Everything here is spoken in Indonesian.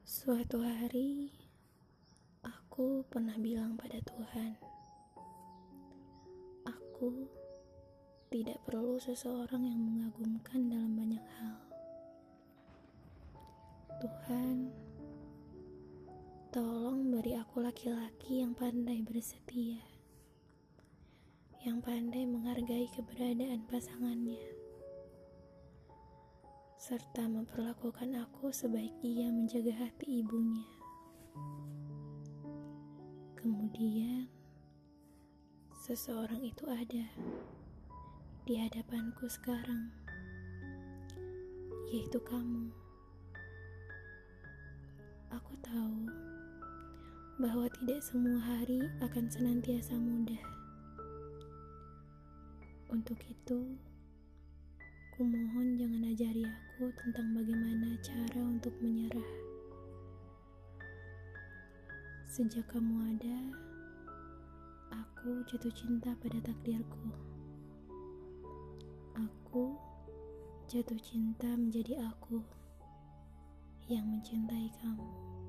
Suatu hari, aku pernah bilang pada Tuhan, aku tidak perlu seseorang yang mengagumkan dalam banyak hal. Tuhan, tolong beri aku laki-laki yang pandai bersetia, yang pandai menghargai keberadaan pasangannya, serta memperlakukan aku sebaik ia menjaga hati ibunya. Kemudian, seseorang itu ada di hadapanku sekarang, yaitu kamu. Aku tahu bahwa tidak semua hari akan senantiasa mudah. Untuk itu, kumohon jangan ajari aku tentang bagaimana cara untuk menyerah. Sejak kamu ada, aku jatuh cinta pada takdirku. Aku jatuh cinta menjadi aku yang mencintai kamu.